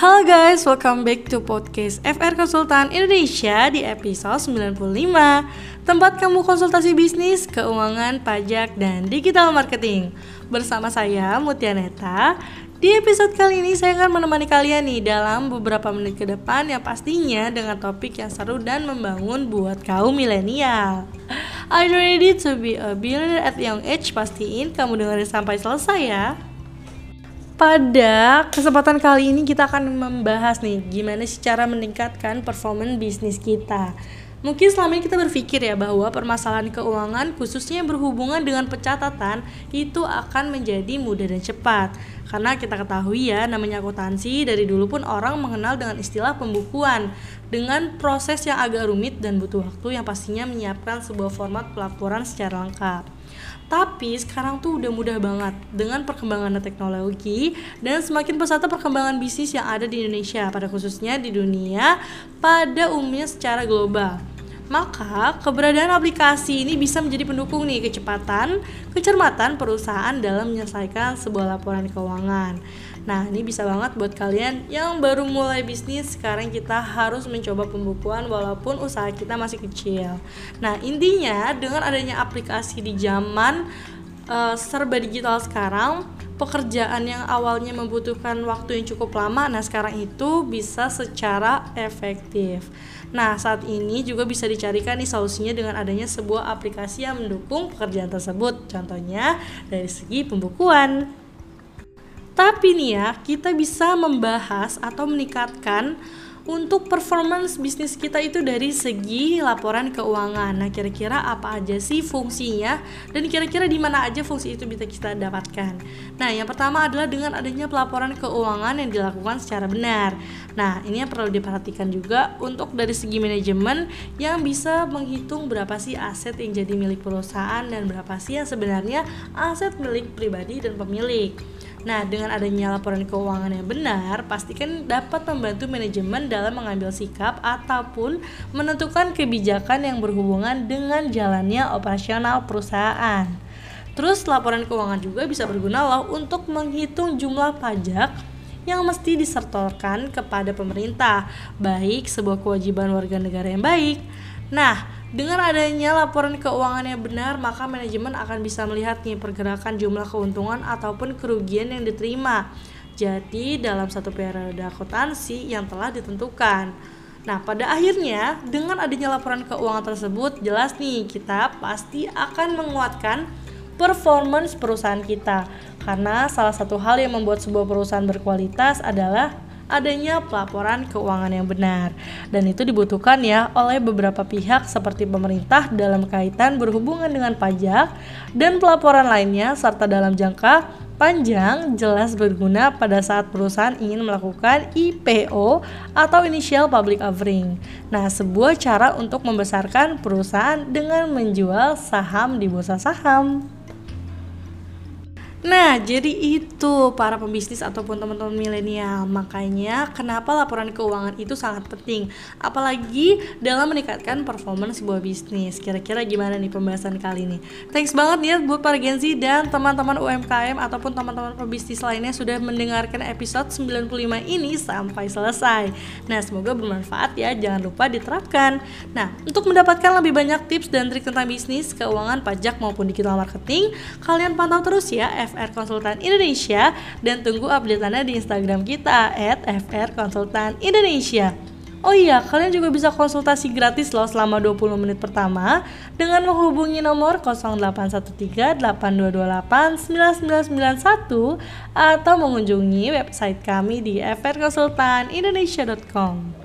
Halo guys, welcome back to podcast FR Konsultan Indonesia di episode 95. Tempat kamu konsultasi bisnis, keuangan, pajak, dan digital marketing. Bersama saya Mutia Neta. Di episode kali ini saya akan menemani kalian nih dalam beberapa menit ke depan yang pastinya dengan topik yang seru dan membangun buat kaum milenial. Are you ready to be a billionaire at young age? Pastiin kamu dengerin sampai selesai ya. Pada kesempatan kali ini kita akan membahas nih gimana sih cara meningkatkan performance bisnis kita. Mungkin selama ini kita berpikir ya bahwa permasalahan keuangan khususnya yang berhubungan dengan pencatatan itu akan menjadi mudah dan cepat. Karena kita ketahui ya namanya akuntansi dari dulu pun orang mengenal dengan istilah pembukuan dengan proses yang agak rumit dan butuh waktu yang pastinya menyiapkan sebuah format pelaporan secara lengkap. Tapi sekarang tuh udah mudah banget dengan perkembangan teknologi dan semakin pesatnya perkembangan bisnis yang ada di Indonesia pada khususnya di dunia pada umumnya secara global. Maka keberadaan aplikasi ini bisa menjadi pendukung nih kecepatan, kecermatan perusahaan dalam menyelesaikan sebuah laporan keuangan. Nah ini bisa banget buat kalian yang baru mulai bisnis. Sekarang kita harus mencoba pembukuan walaupun usaha kita masih kecil. Nah intinya dengan adanya aplikasi di zaman serba digital sekarang, pekerjaan yang awalnya membutuhkan waktu yang cukup lama, nah sekarang itu bisa secara efektif. Nah saat ini juga bisa dicarikan nih solusinya dengan adanya sebuah aplikasi yang mendukung pekerjaan tersebut. Contohnya dari segi pembukuan. Tapi nih ya, kita bisa membahas atau meningkatkan untuk performance bisnis kita itu dari segi laporan keuangan. Nah, kira-kira apa aja sih fungsinya dan kira-kira di mana aja fungsi itu bisa kita dapatkan. Nah, yang pertama adalah dengan adanya pelaporan keuangan yang dilakukan secara benar. Nah, ini yang perlu diperhatikan juga untuk dari segi manajemen yang bisa menghitung berapa sih aset yang jadi milik perusahaan dan berapa sih yang sebenarnya aset milik pribadi dan pemilik. Nah, dengan adanya laporan keuangan yang benar, pastikan dapat membantu manajemen dalam mengambil sikap ataupun menentukan kebijakan yang berhubungan dengan jalannya operasional perusahaan. Terus, laporan keuangan juga bisa berguna loh untuk menghitung jumlah pajak yang mesti disetorkan kepada pemerintah, baik sebuah kewajiban warga negara yang baik. Nah, dengan adanya laporan keuangan yang benar, maka manajemen akan bisa melihat nih pergerakan jumlah keuntungan ataupun kerugian yang diterima. Jadi dalam satu periode akuntansi yang telah ditentukan. Nah, pada akhirnya dengan adanya laporan keuangan tersebut, jelas nih kita pasti akan menguatkan performance perusahaan kita. Karena salah satu hal yang membuat sebuah perusahaan berkualitas adalah adanya pelaporan keuangan yang benar. Dan itu dibutuhkan ya oleh beberapa pihak seperti pemerintah dalam kaitan berhubungan dengan pajak dan pelaporan lainnya, serta dalam jangka panjang jelas berguna pada saat perusahaan ingin melakukan IPO atau Initial Public Offering. Nah, sebuah cara untuk membesarkan perusahaan dengan menjual saham di bursa saham. Nah, jadi itu para pembisnis ataupun teman-teman milenial. Makanya kenapa laporan keuangan itu sangat penting, apalagi dalam meningkatkan performance sebuah bisnis. Kira-kira gimana nih pembahasan kali ini? Thanks banget ya buat para Gen Z dan teman-teman UMKM ataupun teman-teman pebisnis lainnya sudah mendengarkan episode 95 ini sampai selesai. Nah, semoga bermanfaat ya, jangan lupa diterapkan. Nah, untuk mendapatkan lebih banyak tips dan trik tentang bisnis, keuangan, pajak maupun digital marketing, kalian pantau terus ya FR Konsultan Indonesia dan tunggu update-annya di Instagram kita @frkonsultanindonesia. Oh iya, kalian juga bisa konsultasi gratis loh selama 20 menit pertama dengan menghubungi nomor 0813-8228-9991 atau mengunjungi website kami di frkonsultanindonesia.com.